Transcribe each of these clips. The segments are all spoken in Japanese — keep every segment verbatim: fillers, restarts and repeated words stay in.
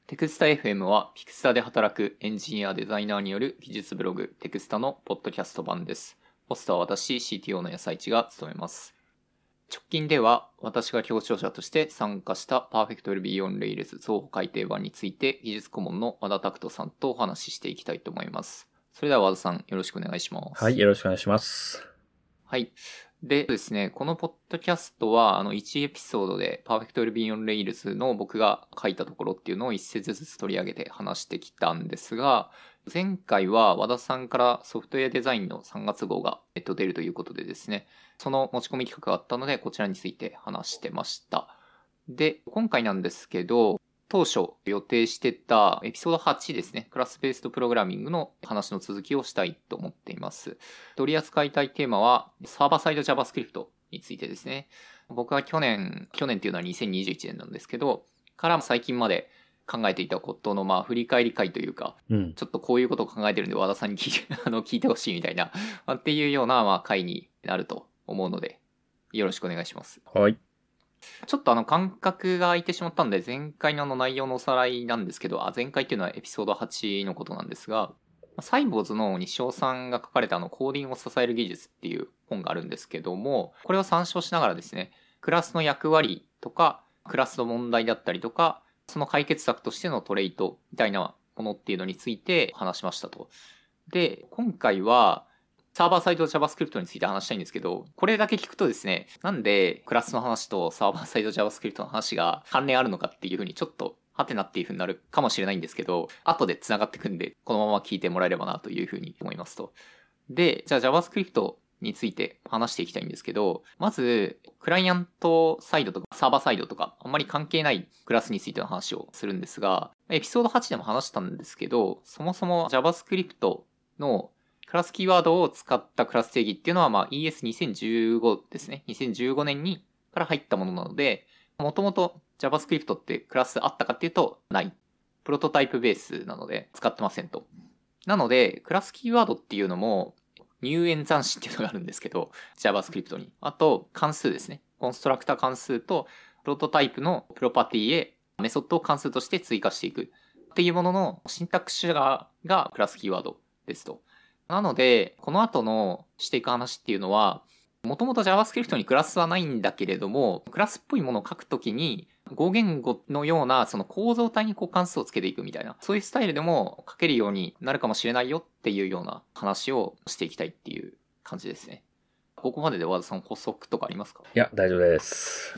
テクスタ エフエム はピクスタで働くエンジニアデザイナーによる技術ブログテクスタのポッドキャスト版です。ホストは私 シーティーオー の安井地が務めます。直近では私が協調者として参加した Perfect Ruby on Rails 増補改訂版について技術顧問の和田拓人さんとお話ししていきたいと思います。それでは和田さんよろしくお願いします。 はい、よろしくお願いします。 はい。でですね、このポッドキャストはあのいちエピソードで Perfect Ruby on Rails の僕が書いたところっていうのを一節ずつ取り上げて話してきたんですが、前回は和田さんからソフトウェアデザインのさんがつ号が出るということでですね、その持ち込み企画があったのでこちらについて話してました。で、今回なんですけど、当初予定してたエピソードはちですね、クラスベースドプログラミングの話の続きをしたいと思っています。取り扱いたいテーマはサーバーサイド JavaScript についてですね。僕は去年、去年っていうのはにせんにじゅういちねんなんですけど、から最近まで考えていたことのまあ振り返り会というか、うん、ちょっとこういうことを考えてるんで和田さんに聞いてあの聞いてほしいみたいなっていうようなまあ会になると思うので、よろしくお願いします。 はい。 ちょっとあの間隔が空いてしまったんで前回のあの内容のおさらいなんですけど、あ前回っていうのはエピソードはちのことなんですが、サイボーズの西尾さんが書かれたあのコーディングを支える技術っていう本があるんですけども、これを参照しながらですね、クラスの役割とかクラスの問題だったりとか、その解決策としてのトレイトみたいなものっていうのについて話しましたと。で、今回はサーバーサイド JavaScript について話したいんですけど、これだけ聞くとですね、なんでクラスの話とサーバーサイド JavaScript の話が関連あるのかっていうふうにちょっとハテナっていうふうになるかもしれないんですけど、後で繋がってくんで、このまま聞いてもらえればなというふうに思いますと。で、じゃあ JavaScript について話していきたいんですけど、まず、クライアントサイドとかサーバーサイドとか、あんまり関係ないクラスについての話をするんですが、エピソードはちでも話したんですけど、そもそも JavaScript のクラスキーワードを使ったクラス定義っていうのは、まあ イーエスにせんじゅうご ですね。にせんじゅうごねんにから入ったものなので、もともと JavaScript ってクラスあったかっていうと、ない。プロトタイプベースなので使ってませんと。なので、クラスキーワードっていうのも、入園残詞っていうのがあるんですけど、JavaScript に。あと、関数ですね。コンストラクタ関数と、プロトタイプのプロパティへメソッドを関数として追加していくっていうもののシンタックスが、がクラスキーワードですと。なので、この後のしていく話っていうのは、もともと JavaScript にクラスはないんだけれども、クラスっぽいものを書くときに、Go言語のようなその構造体にこう関数をつけていくみたいな、そういうスタイルでも書けるようになるかもしれないよっていうような話をしていきたいっていう感じですね。ここまでで和田さん補足とかありますか？ いや、大丈夫です。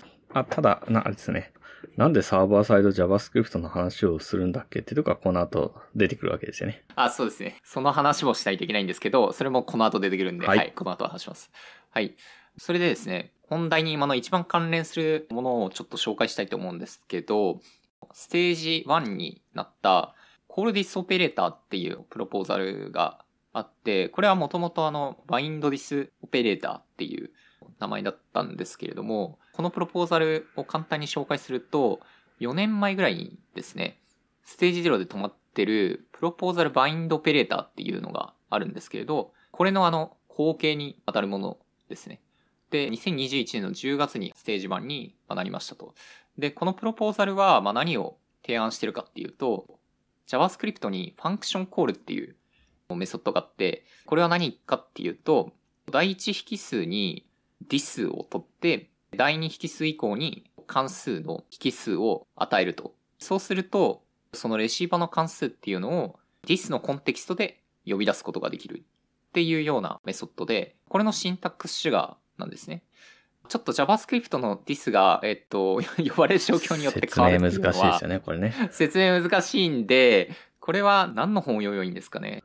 あ、ただ、な、あれですね。なんでサーバーサイド JavaScript の話をするんだっけっていうとこがこの後出てくるわけですよね。 あ、そうですね。その話もしないといけないんですけど、それもこの後出てくるんで、はい、はい、この後話します。はい。それでですね、本題に今の一番関連するものをちょっと紹介したいと思うんですけど、ステージワンになったコールディスオペレーターっていうプロポーザルがあって、これはもともとあのバインドディスオペレーターっていう名前だったんですけれども、このプロポーザルを簡単に紹介すると、よねんまえぐらいにですね、ステージゼロで止まってるプロポーザルバインドオペレーターっていうのがあるんですけれど、これのあの後継に当たるものですね。で、にせんにじゅういちねんのじゅうがつにステージ版になりましたと。で、このプロポーザルはまあ何を提案してるかっていうと、JavaScript にファンクションコールっていうメソッドがあって、これは何かっていうと、第一引数に this を取って、第二引数以降に関数の引数を与えると。そうすると、そのレシーバーの関数っていうのを this のコンテキストで呼び出すことができるっていうようなメソッドで、これのシンタックスシュガーなんですね。ちょっと JavaScript の this が、えっと、呼ばれる状況によって変わるっていうのは。 説明難しいですよね、これね。 説明難しいんで、これは何の本を読めばいいんですかね。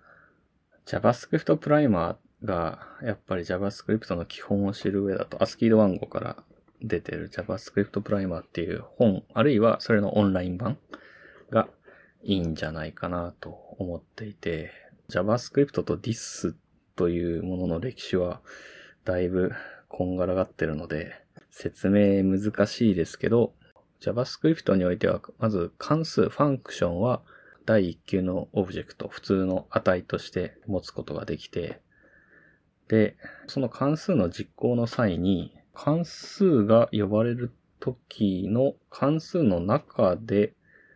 JavaScript プライマーが、やっぱり JavaScript の基本を知る上だと、アスキードワン号から出てる JavaScript プライマーっていう本、あるいはそれのオンライン版がいいんじゃないかなと思っていて、JavaScript と this というものの歴史はだいぶこんがらがってるので、説明難しいですけど、JavaScript においては、まず関数、ファンクションは第一級のオブジェクト、普通の値として持つことができて、で、その関数の実行の際に、関数が呼ばれる時の関数の中で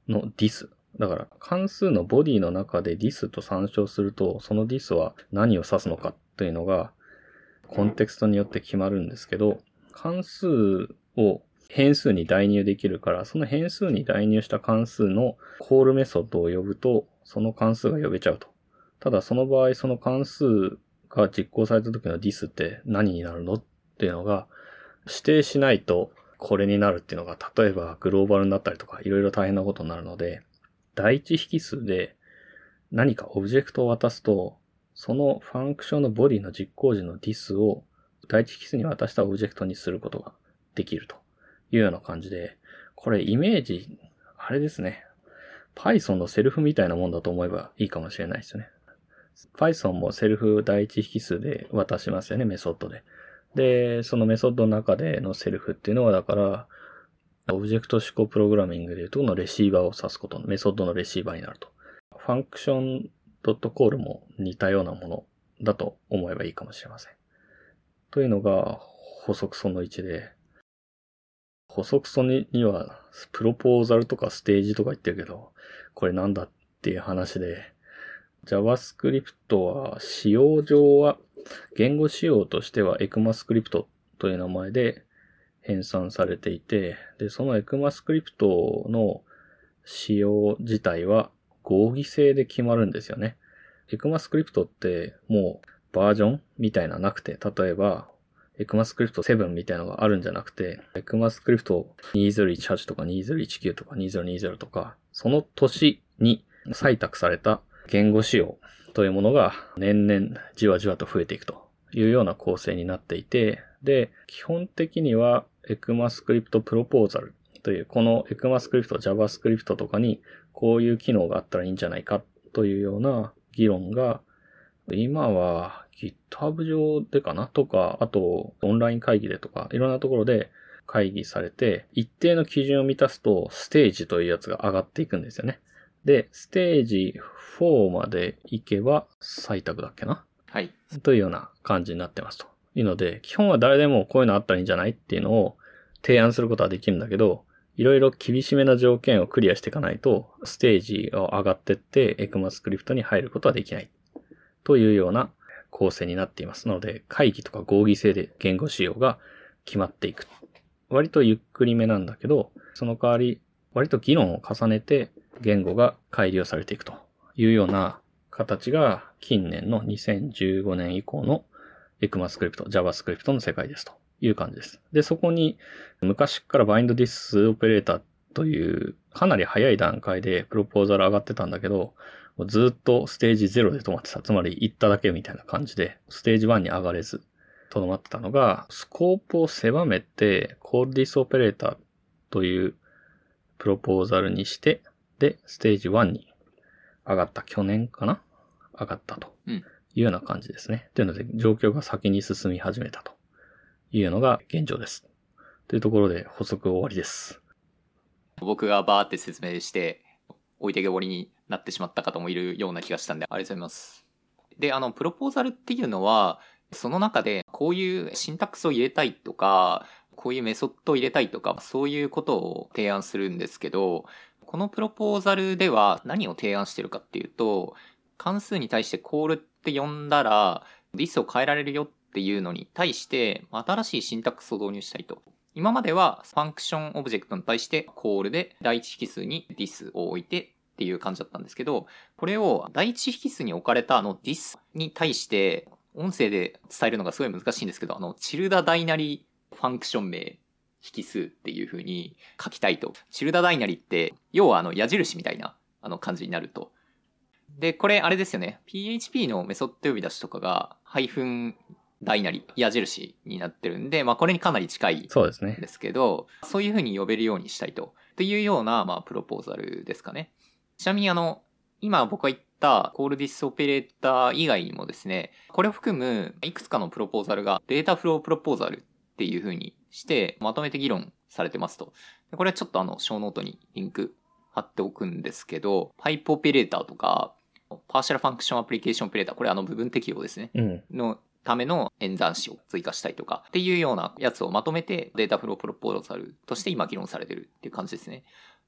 の this。だから関数のボディの中で this と参照すると、その this は何を指すのかというのがコンテクストによって決まるんですけど、関数を変数に代入できるから、その変数に代入した関数のコールメソッドを呼ぶと、その関数が呼べちゃうと。ただその場合、その関数が実行された時の this って何になるのっていうのが指定しないとこれになるっていうのが、例えばグローバルになったりとかいろいろ大変なことになるので、第一引数で何かオブジェクトを渡すと、そのファンクションのボディの実行時の this を第一引数に渡したオブジェクトにすることができるというような感じで、これイメージ、あれですね。Python のセルフみたいなもんだと思えばいいかもしれないですよね。Python もセルフ第一引数で渡しますよね、メソッドで。で、そのメソッドの中でのセルフっていうのはだから、オブジェクト指向プログラミングでいうとこのレシーバーを指すことのメソッドのレシーバーになると。ファンクションドットコールも似たようなものだと思えばいいかもしれません。というのが補足そのいちで、補足そのにはプロポーザルとかステージとか言ってるけど、これなんだっていう話で、JavaScript は使用上は、言語仕様としては ECMAScript という名前で編纂されていて、で、その ECMAScript の仕様自体は合議制で決まるんですよね。ECMAScript ってもうバージョンみたいななくて、例えば ECMAScript セブンみたいなのがあるんじゃなくて、ECMAScript にせんじゅうはちとかにせんじゅうきゅうとかにせんにじゅうとか、その年に採択された言語仕様というものが年々じわじわと増えていくというような構成になっていて、で、基本的には ECMAScript Proposal という、この ECMAScript、JavaScript とかにこういう機能があったらいいんじゃないかというような議論が、今は GitHub 上でかなとか、あとオンライン会議でとか、いろんなところで会議されて、一定の基準を満たすとステージというやつが上がっていくんですよね。で、ステージフォーまで行けば採択だっけな？ はい。 というような感じになってますというので、基本は誰でもこういうのあったらいいんじゃないっていうのを提案することはできるんだけど、いろいろ厳しめな条件をクリアしていかないと、ステージを上がってって ECMAScript に入ることはできないというような構成になっていますので、会議とか合議制で言語仕様が決まっていく。割とゆっくりめなんだけど、その代わり割と議論を重ねて言語が改良されていくというような形が近年のにせんじゅうごねん以降の ECMAScript、JavaScript の世界ですという感じです。で、そこに昔から BindThis Operator というかなり早い段階でプロポーザル上がってたんだけど、ずっとステージゼロで止まってた。つまり行っただけみたいな感じで、ステージワンに上がれず止まってたのが、スコープを狭めて CallThis Operator というプロポーザルにして、で、ステージワンに上がった。去年かな？上がったというような感じですね。というので、状況が先に進み始めたというのが現状です。というところで補足終わりです。 僕がバーって説明して、置いてけぼりになってしまった方もいるような気がしたんで、ありがとうございます。で、あの、プロポーザルっていうのは、その中でこういうシンタックスを入れたいとか、こういうメソッドを入れたいとか、そういうことを提案するんですけど、このプロポーザルでは何を提案してるかっていうと、関数に対してコールって呼んだら、this を変えられるよっていうのに対して、新しいシンタックスを導入したいと。今まではファンクションオブジェクトに対してコールで第一引数に this を置いてっていう感じだったんですけど、これを第一引数に置かれたあの this に対して音声で伝えるのがすごい難しいんですけど、あのチルダダイナリーファンクション名引数っていう風に書きたいと。チルダダイナリって要はあの矢印みたいなあの感じになると。で、これあれですよね。ピーエイチピー のメソッド呼び出しとかがハイフンダイナリ矢印になってるんで、まあこれにかなり近いんですけど、そうですね。そういう風に呼べるようにしたいと。っていうようなまあプロポーザルですかね。ちなみにあの、今僕が言ったコールディスオペレーター以外にもですね、これを含むいくつかのプロポーザルがデータフロープロポーザルっていう風にしてまとめて議論されてますと。これはちょっとあの小ノートにリンク貼っておくんですけど、パイプオペレーターとか、パーシャルファンクションアプリケーションオペレーター、これあの部分適用ですね。 うん、 のための演算子を追加したりとかっていうようなやつをまとめてデータフロープロポーザルとして今議論されてるっていう感じですね。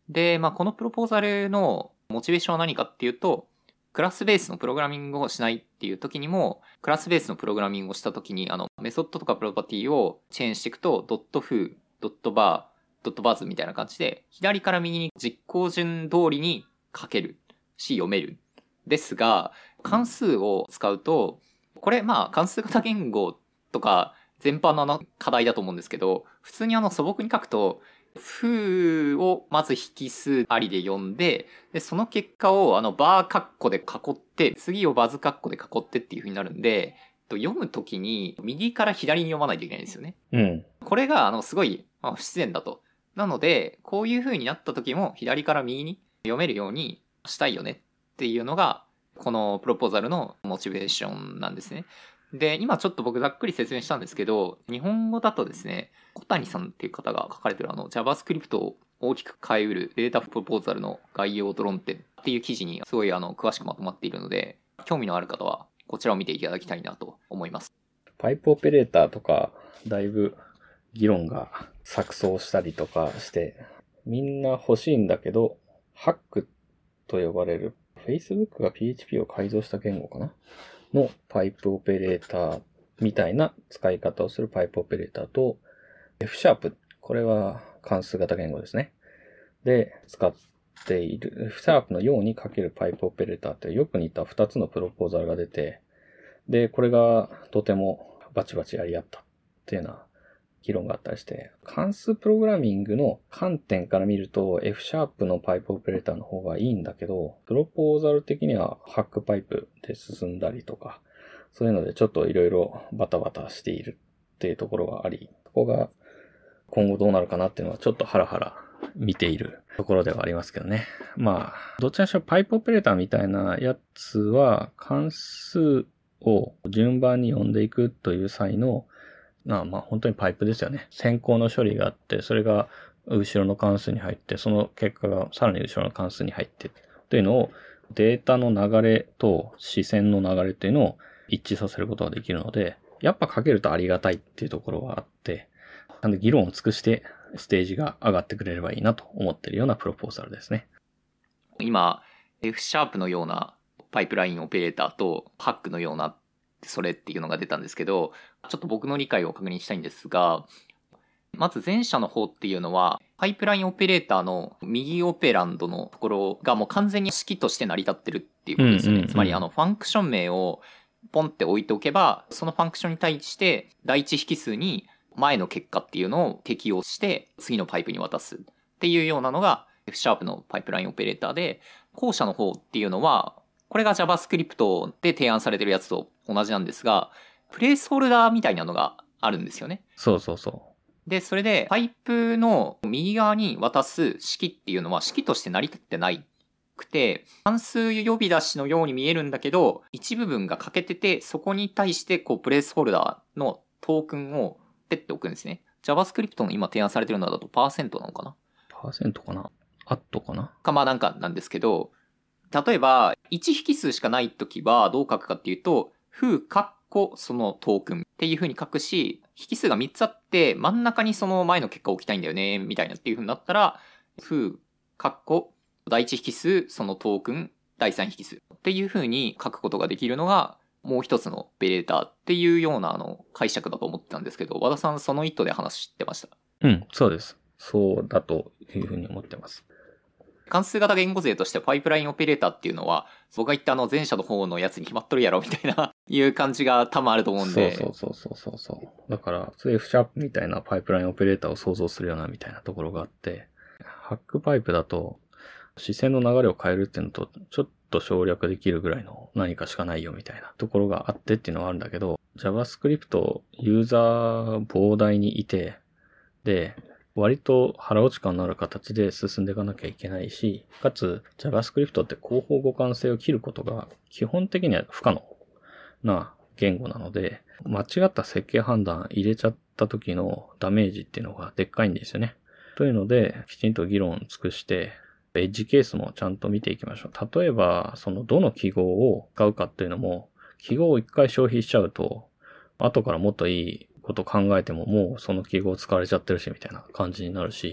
で、まあ、このプロポーザルのモチベーションは何かっていうと、クラスベースのプログラミングをしないっていう時にも、クラスベースのプログラミングをした時に、あの、メソッドとかプロパティをチェーンしていくと、ドットフー、ドットバー、ドットバズみたいな感じで、左から右に実行順通りに書けるし、読める。ですが、関数を使うと、これ、まあ、関数型言語とか、全般のあの課題だと思うんですけど、普通にあの素朴に書くと、フーをまず引数ありで読んで、で、その結果をあのバーカッコで囲って、次をバズカッコで囲ってっていう風になるんで、読むときに右から左に読まないといけないんですよね。 うん。 これがあのすごい不自然だと。なので、こういう風になった時も左から右に読めるようにしたいよねっていうのが、このプロポーザルのモチベーションなんですね。で、今ちょっと僕ざっくり説明したんですけど、日本語だとですね、小谷さんっていう方が書かれてるあの JavaScript を大きく変えうるデータプロポーザルの概要と論点っていう記事にすごいあの詳しくまとまっているので、興味のある方はこちらを見ていただきたいなと思います。 パイプオペレーターとか、だいぶ議論が錯綜したりとかして、みんな欲しいんだけど、ハックと呼ばれる Facebook が ピーエイチピー を改造した言語かなのパイプオペレーターみたいな使い方をするパイプオペレーターと F シャープ、これは関数型言語ですね。で、使っている F シャープのように書けるパイプオペレーターってよく似たふたつのプロポーザルが出て、で、これがとてもバチバチやり合ったっていうような議論があったりして、関数プログラミングの観点から見ると F シャープのパイプオペレーターの方がいいんだけど、プロポーザル的にはハックパイプで進んだりとか、そういうのでちょっといろいろバタバタしているっていうところがあり、ここが今後どうなるかなっていうのはちょっとハラハラ見ているところではありますけどね。まあ、どちらにしろパイプオペレーターみたいなやつは関数を順番に読んでいくという際のまあまあ本当にパイプですよね。先行の処理があって、それが後ろの関数に入って、その結果がさらに後ろの関数に入ってというのをデータの流れと視線の流れというのを一致させることができるので、やっぱ書けるとありがたいっていうところはあって、なんで議論を尽くしてステージが上がってくれればいいなと思っているようなプロポーザルですね。 今、F シャープのようなパイプラインオペレーターとハックのようなそれっていうのが出たんですけど、ちょっと僕の理解を確認したいんですが、まず前者の方っていうのは、パイプラインオペレーターの右オペランドのところがもう完全に式として成り立ってるっていうことですよね。うんうんうん、つまりあのファンクション名をポンって置いておけば、そのファンクションに対して第一引数に前の結果っていうのを適用して次のパイプに渡すっていうようなのが F シャープのパイプラインオペレーターで、後者の方っていうのは、これが JavaScript で提案されてるやつと同じなんですが、プレイスホルダーみたいなのがあるんですよね。 そうそうそう。 で、それで、パイプの右側に渡す式っていうのは式として成り立ってないくて、関数呼び出しのように見えるんだけど、一部分が欠けてて、そこに対して、こう、プレイスホルダーのトークンをペッて置くんですね。JavaScript の今提案されてるのだとパーセントなのかな？ パーセントかな？アットかな？ か、まあなんかなんですけど、例えば、いち引数しかないときはどう書くかっていうと、フー、カッコ、そのトークンっていう風に書くし、引数がみっつあって真ん中にその前の結果を置きたいんだよね、みたいなっていう風になったら、フー、カッコ、第一引数、そのトークン、第三引数っていう風に書くことができるのが、もう一つのオペレーターっていうようなあの解釈だと思ってたんですけど、和田さんその意図で話してました？ うん、そうです。そうだという風に思ってます。 関数型言語税としてパイプラインオペレーターっていうのは、僕が言ったあの前者の方のやつに決まっとるやろみたいないう感じが多分あると思うんで。 そうそうそうそうそう。だから、そういう F シャープみたいなパイプラインオペレーターを想像するようなみたいなところがあって、ハックパイプだと視線の流れを変えるっていうのとちょっと省略できるぐらいの何かしかないよみたいなところがあってっていうのはあるんだけど、JavaScript ユーザー膨大にいて、で、割と腹落ち感のある形で進んでいかなきゃいけないし、かつ JavaScript って後方互換性を切ることが基本的には不可能な言語なので、間違った設計判断入れちゃった時のダメージっていうのがでっかいんですよね。というので、きちんと議論を尽くして、エッジケースもちゃんと見ていきましょう。例えば、そのどの記号を使うかっていうのも、記号を一回消費しちゃうと、後からもっといいこと考えてももうその記号使われちゃってるしみたいな感じになるし、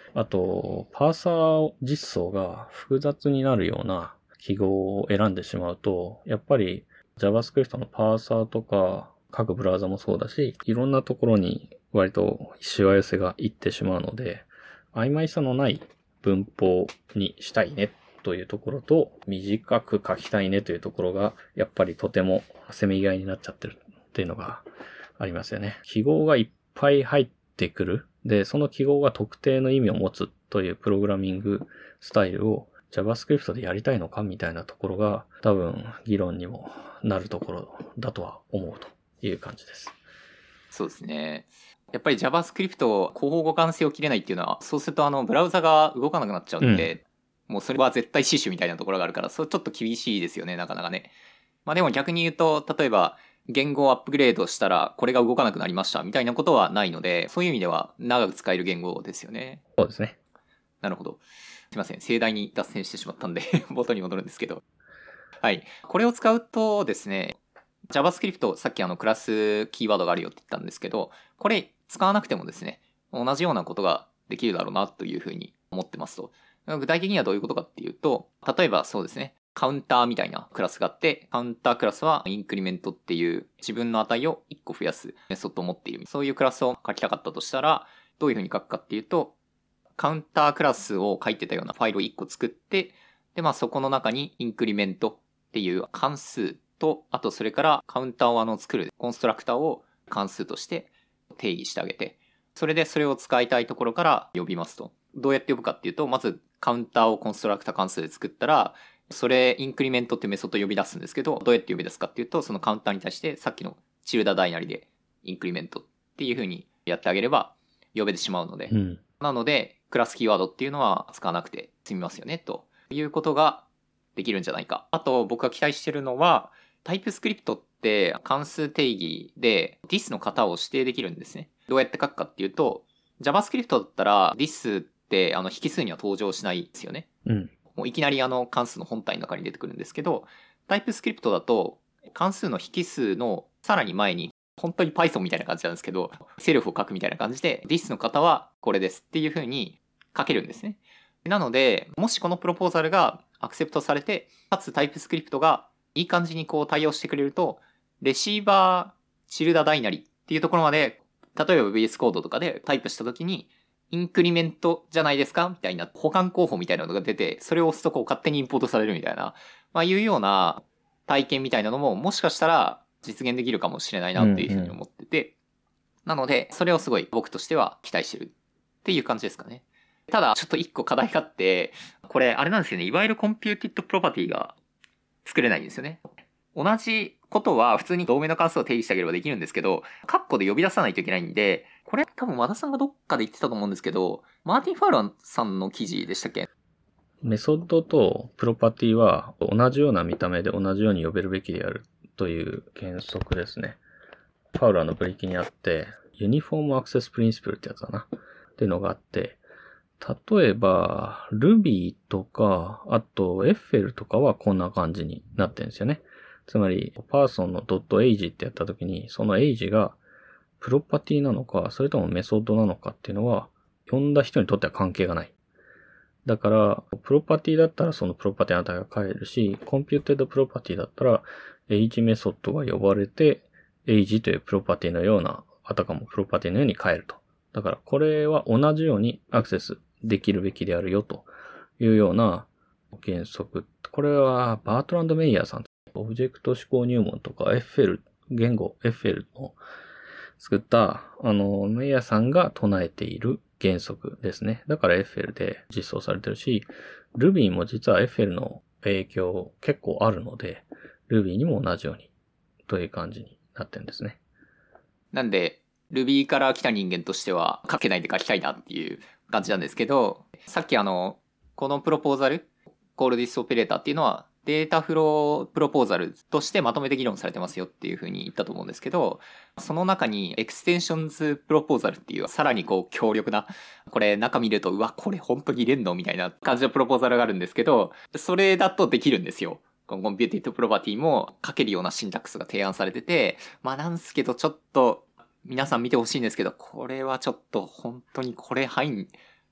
あと、パーサー実装が複雑になるような記号を選んでしまうと、やっぱり JavaScript のパーサーとか各ブラウザもそうだし、いろんなところに割としわ寄せがいってしまうので、曖昧さのない文法にしたいねというところと、短く書きたいねというところが、やっぱりとてもせめぎ合いになっちゃってるっていうのがありますよね。記号がいっぱい入ってくる。で、その記号が特定の意味を持つというプログラミングスタイルを JavaScript でやりたいのかみたいなところが多分議論にもなるところだとは思うという感じです。 そうですね。やっぱり JavaScript 広報互換性を切れないっていうのは、そうするとあのブラウザが動かなくなっちゃうんで、うん、もうそれは絶対死守みたいなところがあるから、それちょっと厳しいですよね、なかなかね。まあでも逆に言うと、例えば言語をアップグレードしたらこれが動かなくなりましたみたいなことはないので、そういう意味では長く使える言語ですよね。 そうですね。 なるほど。すいません、盛大に脱線してしまったんで元に戻るんですけど。はい。これを使うとですね、JavaScript、さっきあのクラスキーワードがあるよって言ったんですけど、これ使わなくてもですね、同じようなことができるだろうなというふうに思ってますと。具体的にはどういうことかっていうと、例えばそうですね、カウンターみたいなクラスがあって、カウンタークラスはインクリメントっていう自分の値をいっこ増やすメソッドを持っている。そういうクラスを書きたかったとしたら、どういうふうに書くかっていうと、カウンタークラスを書いてたようなファイルをいっこ作って、で、まあそこの中にインクリメントっていう関数と、あとそれからカウンターをあの作るコンストラクターを関数として定義してあげて、それでそれを使いたいところから呼びますと。どうやって呼ぶかっていうと、まずカウンターをコンストラクター関数で作ったら、それインクリメントっていうメソッドを呼び出すんですけど、どうやって呼び出すかっていうと、そのカウンターに対してさっきのチルダダイナリでインクリメントっていう風にやってあげれば呼べてしまうので、 うん、 なのでクラスキーワードっていうのは使わなくて済みますよねということができるんじゃないか。あと僕が期待してるのは、タイプスクリプトって関数定義で this の型を指定できるんですね。どうやって書くかっていうと、JavaScript だったら this ってあの引数には登場しないですよね。 うん。 もういきなりあの関数の本体の中に出てくるんですけど、タイプスクリプトだと関数の引数のさらに前に本当に Python みたいな感じなんですけど、セルフを書くみたいな感じで this の型はこれですっていう風に書けるんですね。なので、もしこのプロポーザルがアクセプトされて、かつタイプスクリプトがいい感じにこう対応してくれると、レシーバーチルダダイナリっていうところまで、例えば ブイエス コードとかでタイプしたときに、インクリメントじゃないですかみたいな保管候補みたいなのが出て、それを押すとこう勝手にインポートされるみたいな、まあいうような体験みたいなのももしかしたら実現できるかもしれないなっていうふうに思ってて、うんうん、なので、それをすごい僕としては期待してるっていう感じですかね。ただ、ちょっと一個課題があって、これあれなんですよね、いわゆるコンピューティッドプロパティが作れないんですよね。同じことは普通に同名の関数を定義してあげればできるんですけど、カッコで呼び出さないといけないんで、これ多分和田さんがどっかで言ってたと思うんですけど、マーティン・ファウラーさんの記事でしたっけ？ メソッドとプロパティは同じような見た目で同じように呼べるべきであるという原則ですね。ファウラーのブレーキにあって、ユニフォームアクセスプリンシプルってやつだな。っていうのがあって、例えば Ruby とか、あと エフエル とかはこんな感じになってるんですよね。つまり、person の .age ってやったときに、その age がプロパティなのか、それともメソッドなのかっていうのは、呼んだ人にとっては関係がない。だから、プロパティだったらそのプロパティの値が変えるし、コンピューテッドプロパティだったら、age メソッドが呼ばれて、age というプロパティのような、あたかもプロパティのように変えると。だから、これは同じようにアクセスできるべきであるよというような原則。これはバートランド・メイヤーさん、オブジェクト指向入門とか エフエル、言語 エフエル の作った、あの、メイヤーさんが唱えている原則ですね。だから エフエル で実装されてるし、Ruby も実は エフエル の影響結構あるので、Ruby にも同じようにという感じになってるんですね。 なんで、Ruby から来た人間としては書けないで書きたいなっていう感じなんですけど、さっきあの、このプロポーザル、コールディスオペレーターっていうのはデータフロープロポーザルとしてまとめて議論されてますよっていうふうに言ったと思うんですけど、その中にエクステンションズプロポーザルっていうさらにこう強力な、これ中見るとうわこれ本当に入れんのみたいな感じのプロポーザルがあるんですけど、それだとできるんですよ。このコンピューティッドプロパティも書けるようなシンタックスが提案されてて、まあなんすけどちょっと皆さん見てほしいんですけど、これはちょっと本当にこれ入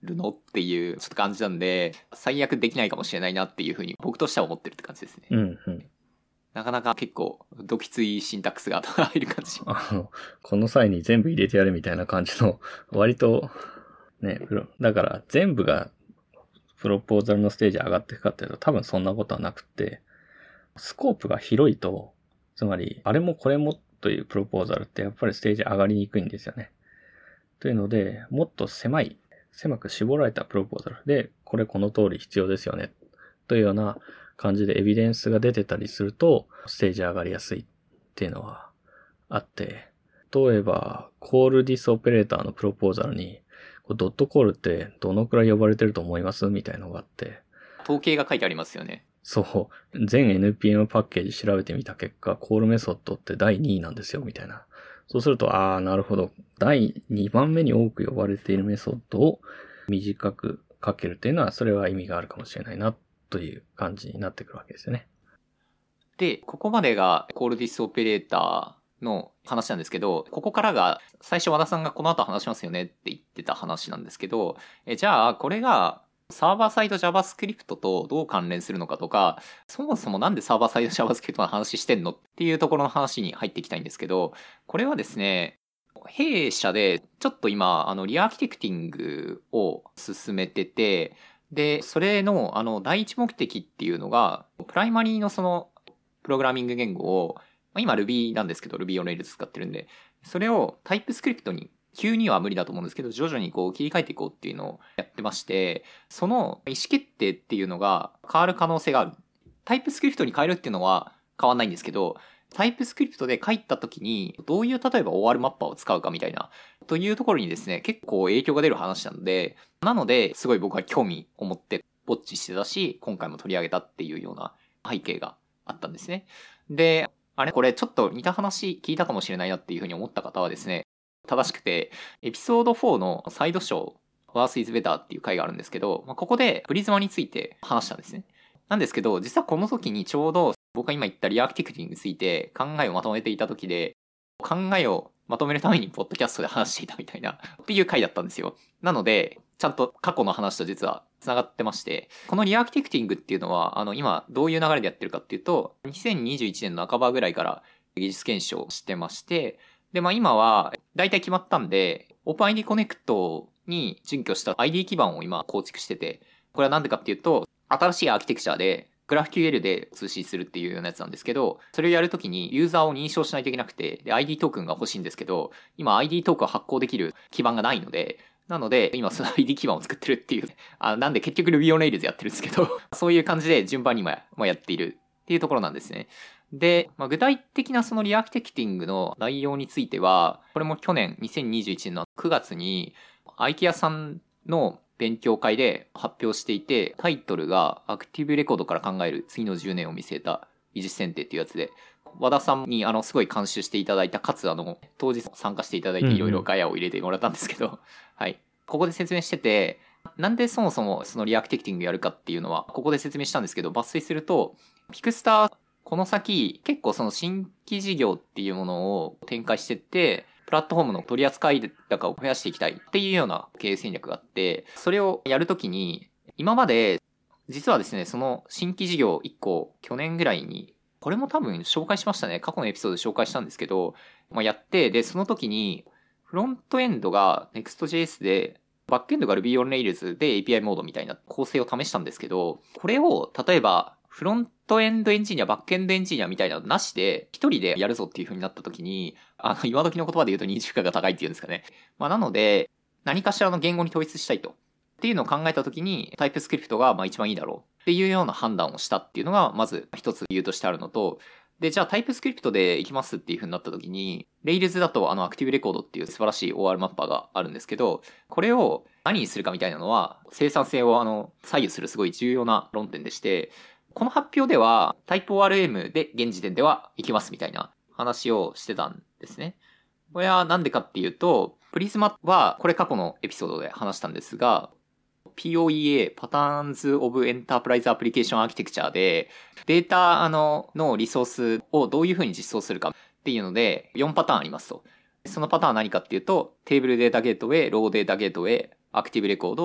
るのっていうちょっと感じなんで、最悪できないかもしれないなっていうふうに僕としては思ってるって感じですね。 うんうん。 なかなか結構、どきついシンタックスが入る感じ。 あの、この際に全部入れてやるみたいな感じの、割と、ね、プロだから全部がプロポーザルのステージ上がっていくかっていうと多分そんなことはなくて、スコープが広いと、つまり、あれもこれもというプロポーザルってやっぱりステージ上がりにくいんですよね。というので、もっと狭い、狭く絞られたプロポーザルで、これこの通り必要ですよね。というような感じでエビデンスが出てたりすると、ステージ上がりやすいっていうのはあって、例えば、コールディスオペレーターのプロポーザルに、ドットコールってどのくらい呼ばれてると思いますみたいなのがあって、 統計が書いてありますよね。 そう。全 エヌピーエム パッケージ調べてみた結果、コールメソッドってだいにいなんですよ、みたいな。そうすると、ああ、なるほど。だいにばんめに多く呼ばれているメソッドを短く書けるっていうのは、それは意味があるかもしれないな、という感じになってくるわけですよね。 で、ここまでがコールディスオペレーターの話なんですけど、ここからが最初和田さんがこの後話しますよねって言ってた話なんですけど、えじゃあこれがサーバーサイド JavaScript とどう関連するのかとか、そもそもなんでサーバーサイド JavaScript の話してんのっていうところの話に入っていきたいんですけど、これはですね、弊社でちょっと今、あの、リアーキテクティングを進めてて、で、それの、あの、第一目的っていうのが、プライマリーのその、プログラミング言語を、今 Ruby なんですけど、Ruby on Rails 使ってるんで、それを TypeScript に急には無理だと思うんですけど、徐々にこう切り替えていこうっていうのをやってまして、その意思決定っていうのが変わる可能性がある。TypeScript に変えるっていうのは変わんないんですけど、TypeScript で書いた時にどういう例えば オーアール マッパーを使うかみたいな、というところにですね、結構影響が出る話なので、なので、すごい僕は興味を持ってウォッチしてたし、今回も取り上げたっていうような背景があったんですね。で、あれこれちょっと似た話聞いたかもしれないなっていうふうに思った方はですね、正しくて、エピソードフォーのサイドショー、Worse is Better っていう回があるんですけど、まあ、ここでプリズマについて話したんですね。なんですけど、実はこの時にちょうど僕が今言ったリアーキテクティングについて考えをまとめていた時で、考えをまとめるためにポッドキャストで話していたみたいなっていう回だったんですよ。なので、ちゃんと過去の話と実は繋がってまして、このリアーキテクティングっていうのは、あの今どういう流れでやってるかっていうと、にせんにじゅういちねんの半ばぐらいから技術検証してまして、で、まあ今は大体決まったんで、OpenID Connect に準拠した アイディー 基盤を今構築してて、これはなんでかっていうと、新しいアーキテクチャで、GraphQL で通信するっていうようなやつなんですけど、それをやるときにユーザーを認証しないといけなくて、で、アイディー トークンが欲しいんですけど、今 アイディー トークンを発行できる基盤がないので、なので、今その アイディー 基盤を作ってるっていう、あなんで結局 Ruby on Rails やってるんですけど、そういう感じで順番にもやっているっていうところなんですね。で、まあ、具体的なそのリアーキテクティングの内容については、これも去年にせんにじゅういちねんのくがつに、アイケアさんの勉強会で発表していて、タイトルがアクティブレコードから考える次のじゅうねんを見据えた技術選定っていうやつで、和田さんにあのすごい監修していただいた、かつあの当日参加していただいていろいろガヤを入れてもらったんですけど、うんうん、はい。ここで説明してて、なんでそもそもそのリアクティクティングやるかっていうのは、ここで説明したんですけど、抜粋すると、ピクスター、この先、結構その新規事業っていうものを展開してって、プラットフォームの取り扱い高を増やしていきたいっていうような経営戦略があって、それをやるときに、今まで、実はですね、その新規事業いっこ、去年ぐらいに、これも多分紹介しましたね。過去のエピソードで紹介したんですけど、まあ、やって、で、その時に、フロントエンドが Next.js で、バックエンドが Ruby on Rails で エーピーアイ モードみたいな構成を試したんですけど、これを、例えば、フロントエンドエンジニア、バックエンドエンジニアみたいなのなしで、一人でやるぞっていう風になった時に、あの、今時の言葉で言うと認知化が高いっていうんですかね。まあ、なので、何かしらの言語に統一したいと。っていうのを考えた時に、タイプスクリプトがまあ一番いいだろうっていうような判断をしたっていうのが、まず一つ理由としてあるのと、で、じゃあタイプスクリプトで行きますっていう風になった時に、Rails だとあのアクティブレコードっていう素晴らしい オーアール マッパーがあるんですけど、これを何にするかみたいなのは、生産性をあの左右するすごい重要な論点でして、この発表ではタイプ オーアールエム で現時点では行きますみたいな話をしてたんですね。これはなんでかっていうと、プリズマはこれ過去のエピソードで話したんですが、ピーオーイーエー Patterns of Enterprise Application Architecture でデータあののリソースをどういうふうに実装するかっていうのでよんパターンありますと。そのパターンは何かっていうと、テーブルデータゲートウェイ、ローデータゲートウェイ、アクティブレコード、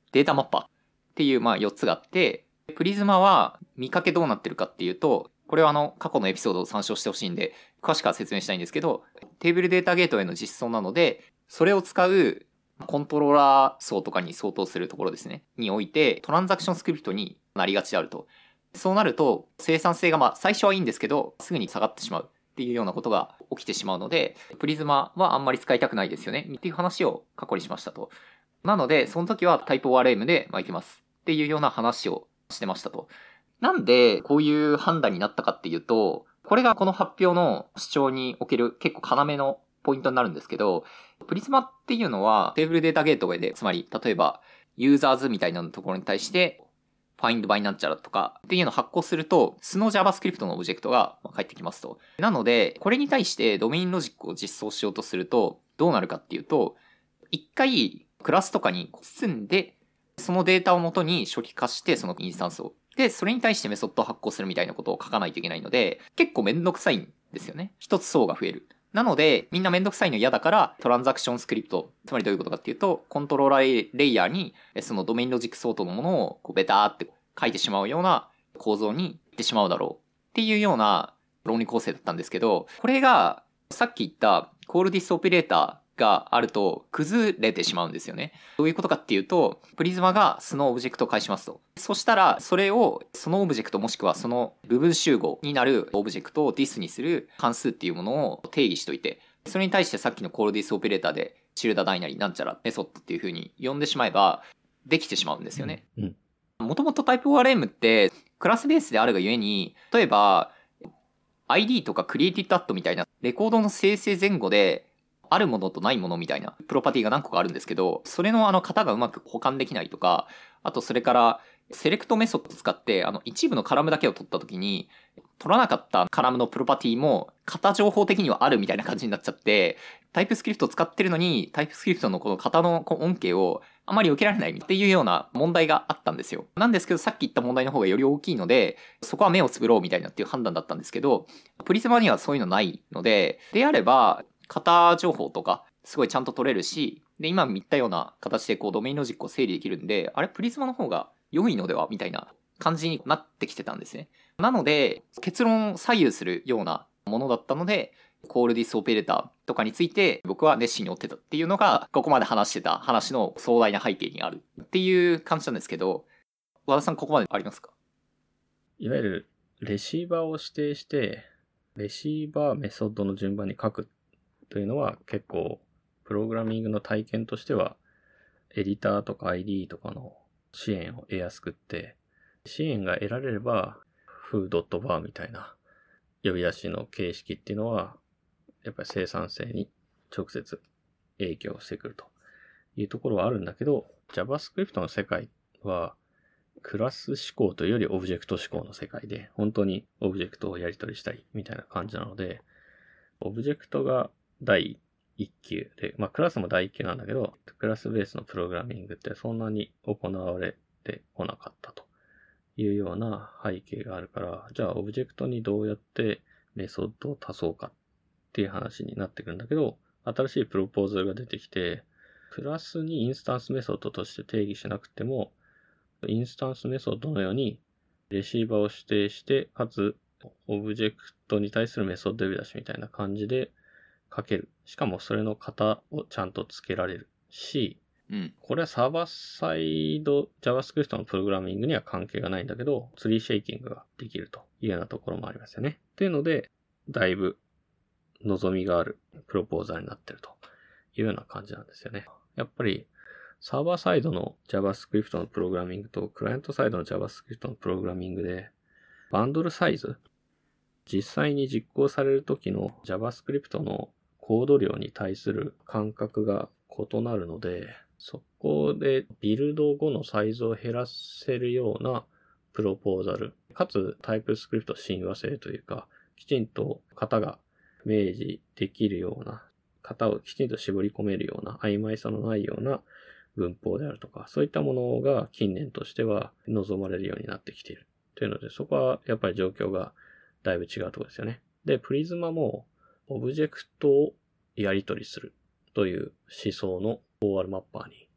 データマッパーっていうまあよっつがあって、プリズマは見かけどうなってるかっていうと、これはあの過去のエピソードを参照してほしいんで、詳しくは説明したいんですけど、テーブルデータゲートへの実装なので、それを使うコントローラー層とかに相当するところですね。において、トランザクションスクリプトになりがちであると。そうなると、生産性がまあ最初はいいんですけど、すぐに下がってしまうっていうようなことが起きてしまうので、プリズマはあんまり使いたくないですよね。っていう話を過去にしましたと。なので、その時はタイプ オーアールエム でまあいきますっていうような話をしてましたと。なんで、こういう判断になったかっていうと、これがこの発表の主張における結構要のポイントになるんですけど、プリズマっていうのはテーブルデータゲートウェイで、つまり例えばユーザーズみたいなところに対して、find by なんちゃらとかっていうのを発行すると、素の JavaScript のオブジェクトが返ってきますと。なので、これに対してドメインロジックを実装しようとすると、どうなるかっていうと、一回クラスとかに包んで、そのデータを元に初期化して、そのインスタンスを。で、それに対してメソッドを発行するみたいなことを書かないといけないので、結構めんどくさいんですよね。一つ層が増える。なので、みんなめんどくさいの嫌だから、トランザクションスクリプト、つまりどういうことかっていうと、コントローラーレイヤーに、そのドメインロジック相当のものをこうベターって書いてしまうような構造にいってしまうだろうっていうような論理構成だったんですけど、これがさっき言ったコールディスオペレーターがあると崩れてしまうんですよね。どういうことかっていうと、プリズマが素のオブジェクトを返しますと。そしたら、それをそのオブジェクトもしくはその部分集合になるオブジェクトをディスにする関数っていうものを定義しといて、それに対してさっきのコールディスオペレーターでシルダダイナリなんちゃらメソッドっていう風に呼んでしまえばできてしまうんですよね。もともとタイプ オーアールエム ってクラスベースであるがゆえに、例えば アイディー とか Created at みたいなレコードの生成前後であるものとないものみたいなプロパティが何個かあるんですけど、それのあの型がうまく保管できないとか、あとそれからセレクトメソッドを使ってあの一部のカラムだけを取った時に、取らなかったカラムのプロパティも型情報的にはあるみたいな感じになっちゃって、タイプスクリプトを使ってるのにタイプスクリプトのこの型の恩恵をあまり受けられないっていうような問題があったんですよ。なんですけどさっき言った問題の方がより大きいので、そこは目をつぶろうみたいなっていう判断だったんですけど、プリズマにはそういうのないので、であれば型情報とかすごいちゃんと取れるし、で今言ったような形でこうドメインロジックを整理できるんで、あれプリズマの方が良いのではみたいな感じになってきてたんですね。なので結論を左右するようなものだったので、コールディスオペレーターとかについて僕は熱心に追ってたっていうのがここまで話してた話の壮大な背景にあるっていう感じなんですけど、和田さんここまでありますか？ いわゆるレシーバーを指定してレシーバーメソッドの順番に書くというのは結構プログラミングの体験としてはエディターとか アイディー とかの支援を得やすくって、支援が得られれば foo.bar みたいな呼び出しの形式っていうのはやっぱり生産性に直接影響してくるというところはあるんだけど、 JavaScript の世界はクラス思考というよりオブジェクト思考の世界で、本当にオブジェクトをやり取りしたいみたいな感じなので、オブジェクトが第一級で、まあクラスも第一級なんだけど、クラスベースのプログラミングってそんなに行われてこなかったというような背景があるから、じゃあオブジェクトにどうやってメソッドを足そうかっていう話になってくるんだけど、新しいプロポーズルが出てきて、クラスにインスタンスメソッドとして定義しなくても、インスタンスメソッドのようにレシーバーを指定して、かつオブジェクトに対するメソッド呼び出しみたいな感じで書ける。しかもそれの型をちゃんと付けられるし、 うん、 これはサーバーサイド JavaScript のプログラミングには関係がないんだけど、ツリーシェイキングができるというようなところもありますよね。っていうので、だいぶ望みがあるプロポーザーになってるというような感じなんですよね。やっぱりサーバーサイドの JavaScript のプログラミングとクライアントサイドの JavaScript のプログラミングでバンドルサイズ、実際に実行される時の JavaScript のコード量に対する感覚が異なるので、そこでビルド後のサイズを減らせるようなプロポーザル、かつタイプスクリプト親和性というか、きちんと型が明示できるような、型をきちんと絞り込めるような、曖昧さのないような文法であるとか、そういったものが近年としては望まれるようになってきているというので、そこはやっぱり状況がだいぶ違うところですよね。で、プリズマもオブジェクトをやり取りするという思想の オーアール マッパーに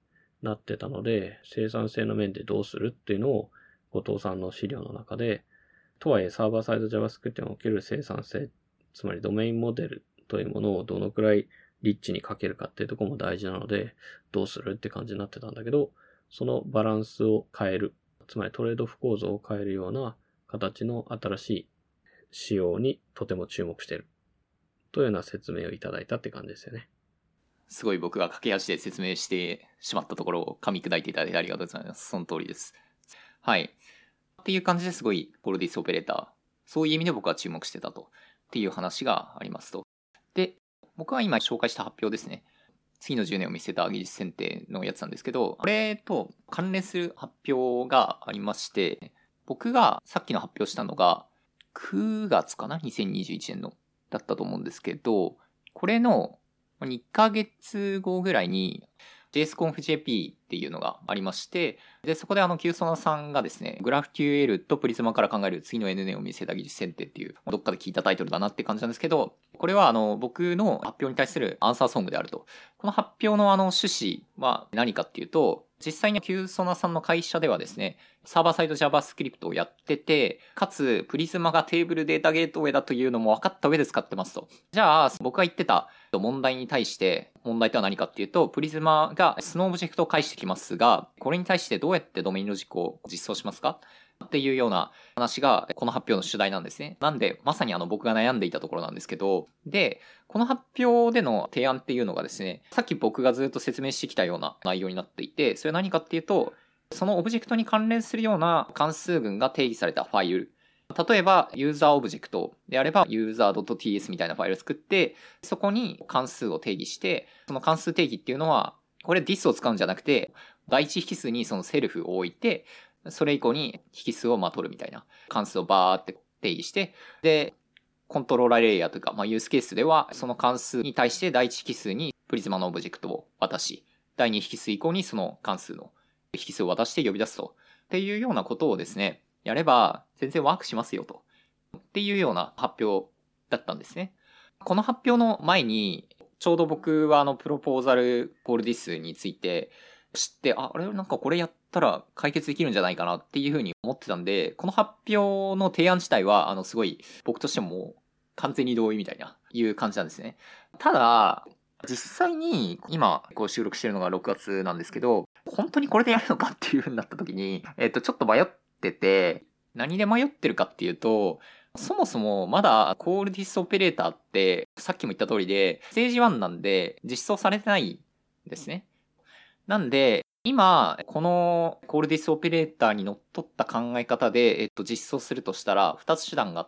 なってたので、生産性の面でどうするっていうのを後藤さんの資料の中で、とはいえサーバーサイド JavaScript における生産性、つまりドメインモデルというものをどのくらいリッチにかけるかっていうところも大事なので、どうするって感じになってたんだけど、そのバランスを変える、つまりトレードオフ構造を変えるような形の新しい仕様にとても注目しているというような説明をいただいたって感じですよね。 すごい僕が駆け足で説明してしまったところを噛み砕いていただいてありがとうございます。その通りです。はい。っていう感じですごいコールディスオペレーター、そういう意味で僕は注目してたとっていう話がありますと。で、僕は今紹介した発表ですね。次のじゅうねんを見据えた技術選定のやつなんですけど、これと関連する発表がありまして、僕がさっきの発表したのがくがつかな ?にせんにじゅういちねんのだったと思うんですけど、これのにかげつごぐらいに JSConf.jp っていうのがありまして、で、そこであの、キューソナさんがですね、GraphQL とプリズマから考える次の エヌエヌ を見せた技術選定っていう、どっかで聞いたタイトルだなって感じなんですけど、これはあの、僕の発表に対するアンサーソングであると。この発表のあの、趣旨は何かっていうと、実際にキューソナさんの会社ではですね、サーバーサイド JavaScript をやってて、かつ、プリズマがテーブルデータゲートウェイだというのも分かった上で使ってますと。じゃあ、僕が言ってた問題に対して、問題とは何かっていうと、プリズマがスノーオブジェクトを返してきますが、これに対してどうやってドメインロジックを実装しますかっていうような話が、この発表の主題なんですね。なんで、まさにあの僕が悩んでいたところなんですけど、で、この発表での提案っていうのがですね、さっき僕がずっと説明してきたような内容になっていて、それは何かっていうと、そのオブジェクトに関連するような関数群が定義されたファイル。例えば、ユーザーオブジェクトであれば、ユーザー .ts みたいなファイルを作って、そこに関数を定義して、その関数定義っていうのは、これ this を使うんじゃなくて、第一引数にそのセルフを置いて、それ以降に引数をまあ取るみたいな関数をバーって定義して、で、コントローラーレイヤーというか、まあ、ユースケースでは、その関数に対して第一引数にプリズマのオブジェクトを渡し、第二引数以降にその関数の引数を渡して呼び出すと。っていうようなことをですね、やれば全然ワークしますよと。っていうような発表だったんですね。この発表の前に、ちょうど僕はあのプロポーザルコールディスについて知って、あ、あれなんかこれやったら解決できるんじゃないかなっていうふうに思ってたんで、この発表の提案自体は、あのすごい僕としても完全に同意みたいないう感じなんですね。ただ、実際に今こう収録してるのがろくがつなんですけど、本当にこれでやるのかっていう風になった時に、えっと、ちょっと迷ってて、何で迷ってるかっていうと、そもそもまだコールディスオペレーターってさっきも言った通りで、ステージワンなんで実装されてないんですね。なんで、今、このコールディスオペレーターにのっとった考え方で、えっと、実装するとしたら、二つ手段があって、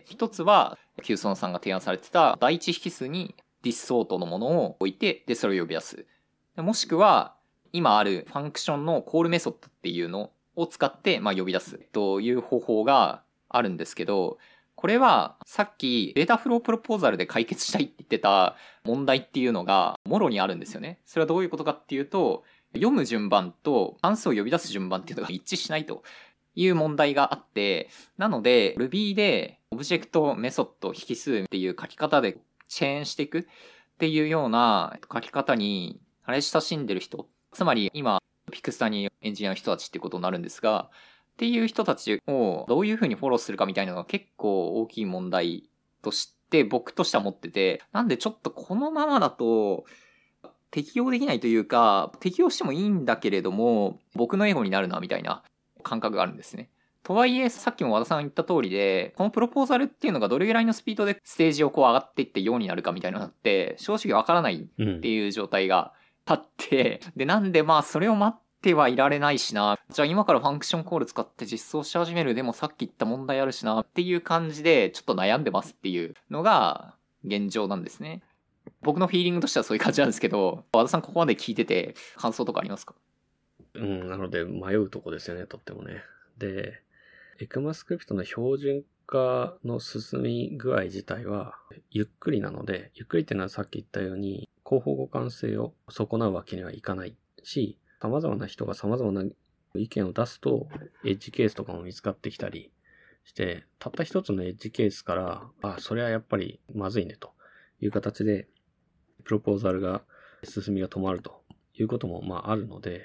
一つは、キューソンさんが提案されてた第一引数にディス相当のものを置いて、で、それを呼び出す。もしくは、今あるファンクションのコールメソッドっていうのを使って、まあ、呼び出すという方法があるんですけど、これはさっきデータフロープロポーザルで解決したいって言ってた問題っていうのがもろにあるんですよね。それはどういうことかっていうと、読む順番と関数を呼び出す順番っていうのが一致しないという問題があって、なので Ruby でオブジェクト、メソッド、引数っていう書き方でチェーンしていくっていうような書き方に慣れ親しんでる人、つまり今ピクスタにエンジニアの人たちっていうことになるんですが、っていう人たちをどういうふうにフォローするかみたいなのが結構大きい問題として僕としては持ってて、なんでちょっとこのままだと適用できないというか、適用してもいいんだけれども、僕のエゴになるなみたいな感覚があるんですね。とはいえ、さっきも和田さんが言った通りで、このプロポーザルっていうのがどれぐらいのスピードでステージをこう上がっていってようになるかみたいなのって、正直わからないっていう状態があって、うん、で、なんでまあそれを待ってはいられないしな。じゃあ今からファンクションコール使って実装し始める。でもさっき言った問題あるしなっていう感じでちょっと悩んでますっていうのが現状なんですね。僕のフィーリングとしてはそういう感じなんですけど、和田さんここまで聞いてて感想とかありますか？ うん、なので迷うとこですよね、とってもね。で、ECMAScript の標準化の進み具合自体はゆっくりなので、ゆっくりっていうのはさっき言ったように、広報互換性を損なうわけにはいかないし、様々な人が様々な意見を出すと、エッジケースとかも見つかってきたりして、たった一つのエッジケースから、あ、それはやっぱりまずいねという形で、プロポーザルが進みが止まるということもまああるので、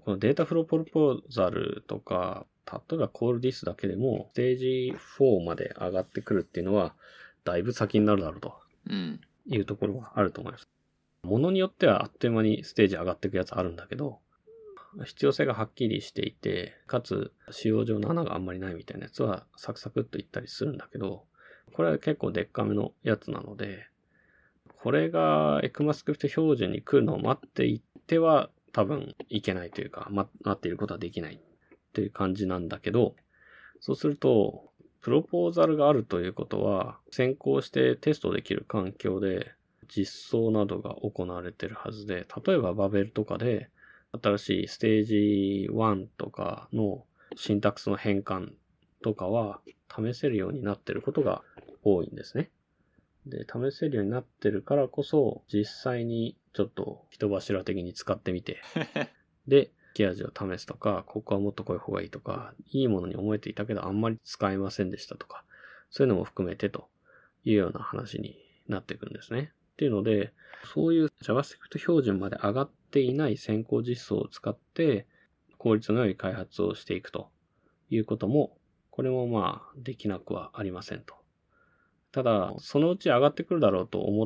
このデータフロープロポーザルとか、例えばコールディスだけでも、ステージフォーまで上がってくるっていうのは、だいぶ先になるだろうというところはあると思います。ものによってはあっという間にステージ上がっていくやつあるんだけど、必要性がはっきりしていて、かつ使用上の穴があんまりないみたいなやつはサクサクっといったりするんだけど、これは結構でっかめのやつなので、これが ECMAScript 標準に来るのを待っていっては多分いけないというか、待っていることはできないっていう感じなんだけど、そうすると、プロポーザルがあるということは、先行してテストできる環境で実装などが行われているはずで、例えばバベルとかで新しいステージワンとかのシンタックスの変換とかは試せるようになっていることが多いんですね。で、試せるようになってるからこそ、実際にちょっと人柱的に使ってみて、で、切れ味を試すとか、ここはもっとこういう方がいいとか、いいものに思えていたけどあんまり使えませんでしたとか、そういうのも含めてというような話になっていくんですね。っていうので、そういう JavaScript 標準まで上がっていない先行実装を使って、効率の良い開発をしていくということも、これもまあできなくはありませんと。ただ、そのうち上がってくるだろうと思って、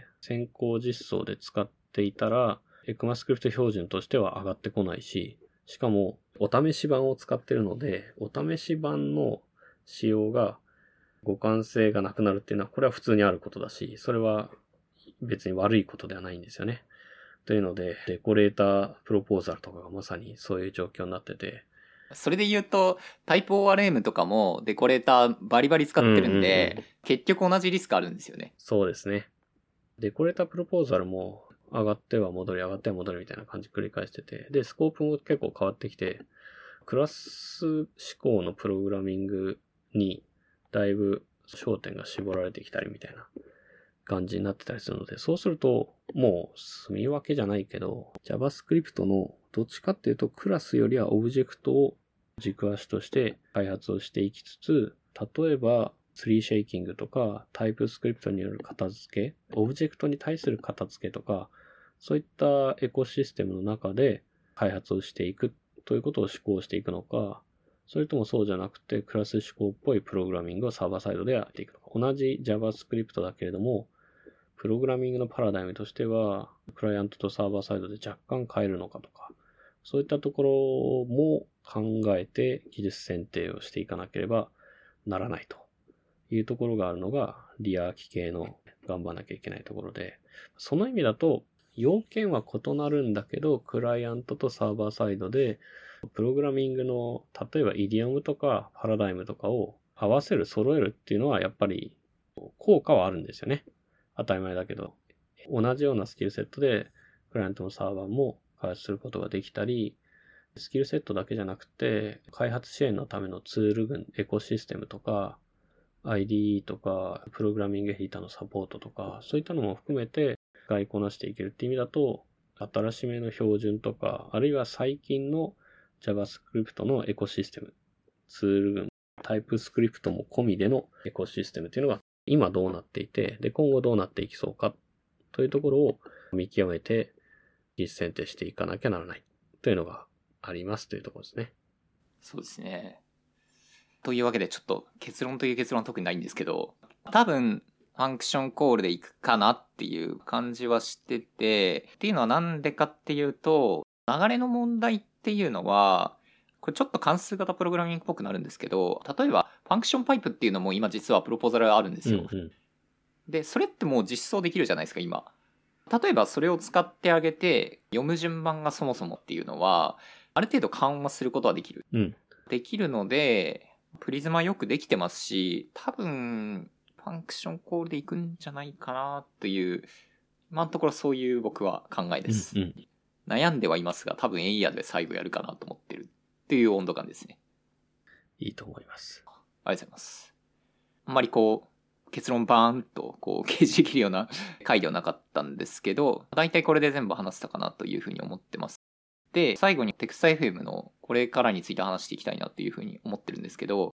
先行実装で使っていたら、ECMAScript 標準としては上がってこないし、しかも、お試し版を使っているので、お試し版の仕様が互換性がなくなるっていうのは、これは普通にあることだし、それは別に悪いことではないんですよね。というので、デコレータープロポーザルとかがまさにそういう状況になってて、 それで言うと、タイプ オーアールエム とかもデコレーターバリバリ使ってるんで、うんうんうん、結局同じリスクあるんですよね。 そうですね。デコレータープロポーザルも上がっては戻り、上がっては戻りみたいな感じ繰り返してて、で、スコープも結構変わってきて、クラス思考のプログラミングにだいぶ焦点が絞られてきたりみたいな感じになってたりするので、そうするともう住み分けじゃないけど、JavaScript のどっちかっていうとクラスよりはオブジェクトを軸足として開発をしていきつつ、例えばツリーシェイキングとかタイプスクリプトによる片付け、オブジェクトに対する片付けとか、そういったエコシステムの中で開発をしていくということを思考していくのか、それともそうじゃなくてクラス思考っぽいプログラミングをサーバーサイドでやっていくのか。同じ JavaScript だけれども、プログラミングのパラダイムとしては、クライアントとサーバーサイドで若干変えるのかとか、そういったところも考えて技術選定をしていかなければならないというところがあるのが、リアーキ系の頑張らなきゃいけないところで、その意味だと、要件は異なるんだけど、クライアントとサーバーサイドで、プログラミングの、例えばイディオムとかパラダイムとかを合わせる、揃えるっていうのはやっぱり効果はあるんですよね。当たり前だけど、同じようなスキルセットで、クライアントもサーバーも開発することができたり、スキルセットだけじゃなくて、開発支援のためのツール群、エコシステムとか、アイディー とか、プログラミングエディターのサポートとか、そういったのも含めて使いこなしていけるっていう意味だと、新しめの標準とか、あるいは最近の JavaScript のエコシステム、ツール群、タイプスクリプトも込みでのエコシステムっていうのが今どうなっていて、で、今後どうなっていきそうかというところを見極めて実選定していかなきゃならないというのがありますというところですね。 そうですね。というわけでちょっと結論という結論は特にないんですけど、多分ファンクションコールでいくかなっていう感じはしてて、っていうのはなんでかっていうと、流れの問題っていうのは、これちょっと関数型プログラミングっぽくなるんですけど、例えばファンクションパイプっていうのも今実はプロポーザルがあるんですよ。 うんうん、 で、それってもう実装できるじゃないですか、今。例えばそれを使ってあげて、読む順番がそもそもっていうのは、ある程度緩和することはできる。 うん、 できるので、プリズマよくできてますし、多分、ファンクションコールでいくんじゃないかなという、今のところそういう僕は考えです。 うんうん、 悩んではいますが、多分エイヤーで最後やるかなと思ってるっていう温度感ですね。 いいと思います。 ありがとうございます。あんまりこう、結論バーンとこう掲示できるような回ではなかったんですけど、大体これで全部話せたかなというふうに思ってます。で、最後にテクスタ エフエム のこれからについて話していきたいなっていうふうに思ってるんですけど、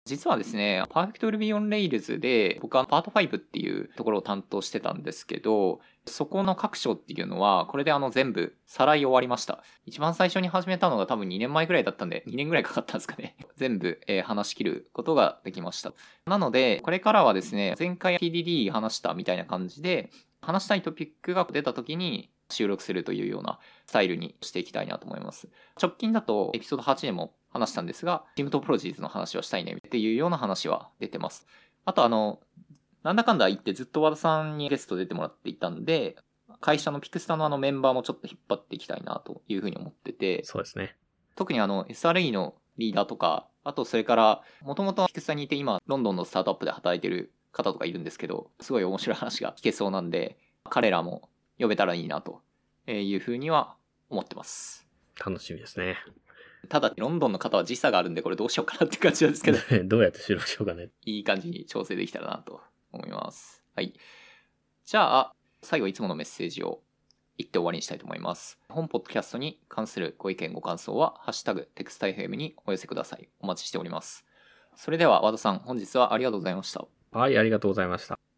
実はですね、Perfect Ruby on Rails で僕はパートファイブっていうところを担当してたんですけど、そこの各章っていうのは、これであの全部さらい終わりました。一番最初に始めたのが多分にねんまえぐらいだったんで、にねんぐらいかかったんですかね。全部、えー話し切ることができました。なので、これからはですね、前回 ティーディーディー 話したみたいな感じで、話したいトピックが出た時に収録するというようなスタイルにしていきたいなと思います。直近だとエピソードはちでも話したんですが、チームトプロジーズの話はしたいねっていうような話は出てます。あとあの、なんだかんだ言ってずっと和田さんにゲスト出てもらっていたんで、会社のピクスタのあのメンバーもちょっと引っ張っていきたいなというふうに思ってて、 そうですね。 特にあの エスアールイー のリーダーとか、あとそれからもともとピクスタにいて今ロンドンのスタートアップで働いてる方とかいるんですけど、すごい面白い話が聞けそうなんで、彼らも呼べたらいいなというふうには思ってます。 楽しみですね。 ただロンドンの方は時差があるんでこれどうしようかなって感じなんですけどどうやって収録しようかね。 いい感じに調整できたらなと思います。はい。じゃあ最後いつものメッセージを言って終わりにしたいと思います。本ポッドキャストに関するご意見ご感想はハッシュタグテクスタ エフエム にお寄せください。お待ちしております。それでは和田さん、本日はありがとうございました。 はい、ありがとうございました。